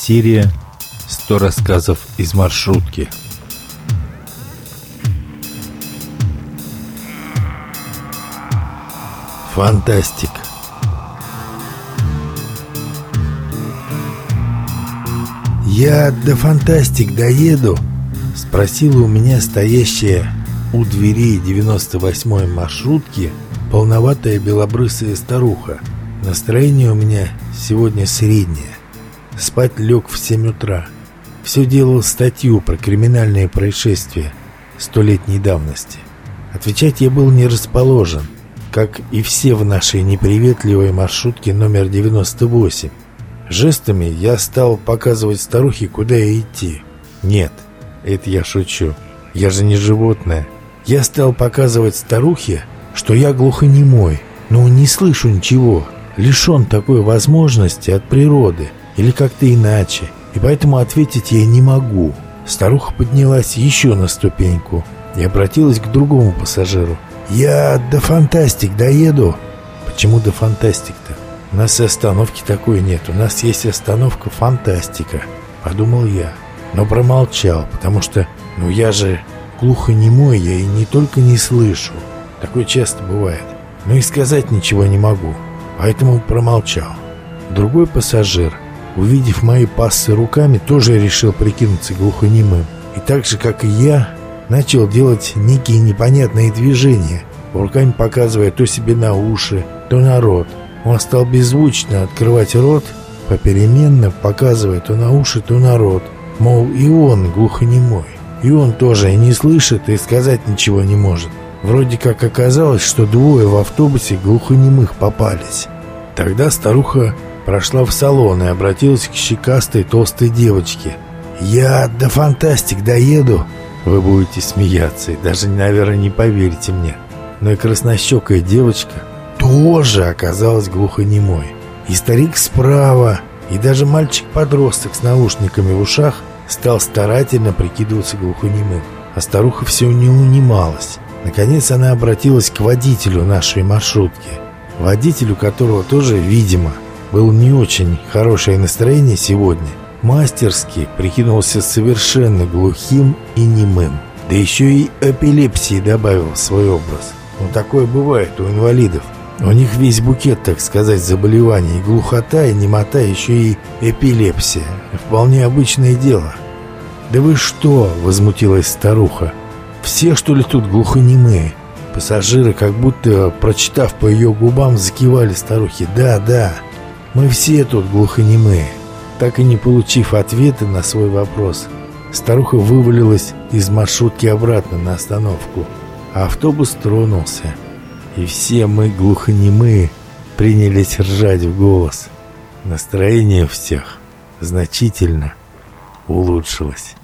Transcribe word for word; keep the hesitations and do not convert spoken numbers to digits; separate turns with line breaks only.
Серия «сто рассказов из маршрутки». Фантастик. «Я до Фантастик доеду?» — спросила у меня стоящая у дверей девяносто восьмой маршрутки полноватая белобрысая старуха. Настроение у меня сегодня среднее. Спать лег в семь утра. Все делал статью про криминальные происшествия столетней давности. Отвечать я был не расположен, как и все в нашей неприветливой маршрутке номер девяносто восемь. Жестами я стал показывать старухе, куда идти. Нет, это я шучу. Я же не животное. Я стал показывать старухе, что я глухонемой, но не слышу ничего, лишен такой возможности от природы или как-то иначе, и поэтому ответить я не могу. Старуха поднялась еще на ступеньку и обратилась к другому пассажиру. «Я до Фантастик доеду?» «Почему до Фантастик-то? У нас и остановки такой нет, у нас есть остановка Фантастика», — подумал я, но промолчал, потому что, ну я же глухонемой, я и не только не слышу, такое часто бывает, но и сказать ничего не могу, поэтому промолчал. Другой пассажир, увидев мои пассы руками, тоже решил прикинуться глухонемым, и так же, как и я, начал делать некие непонятные движения, руками показывая то себе на уши, то на рот. Он стал беззвучно открывать рот, попеременно показывая то на уши, то на рот. Мол, и он глухонемой. И он тоже и не слышит, и сказать ничего не может. Вроде как оказалось, что двое в автобусе глухонемых попались. Тогда старуха прошла в салон и обратилась к щекастой толстой девочке. «Я до Фантастик доеду?» Вы будете смеяться и даже, наверное, не поверите мне. Но и краснощекая девочка тоже оказалась глухонемой. И старик справа, и даже мальчик-подросток с наушниками в ушах стал старательно прикидываться глухонемым. А старуха все не унималась. Наконец она обратилась к водителю нашей маршрутки. Водителю, которого тоже, видимо, было не очень хорошее настроение сегодня, мастерски прикинулся совершенно глухим и немым. Да еще и эпилепсии добавил в свой образ. Ну, такое бывает у инвалидов. У них весь букет, так сказать, заболеваний. И глухота, и немота, еще и эпилепсия. Вполне обычное дело. «Да вы что?» — возмутилась старуха. «Все, что ли, тут глухонемые?» Пассажиры, как будто, прочитав по ее губам, закивали старухе. «Да, да, мы все тут глухонемые». Так и не получив ответа на свой вопрос, старуха вывалилась из маршрутки обратно на остановку, а автобус тронулся, и все мы, глухонемые, принялись ржать в голос. Настроение у всех значительно улучшилось.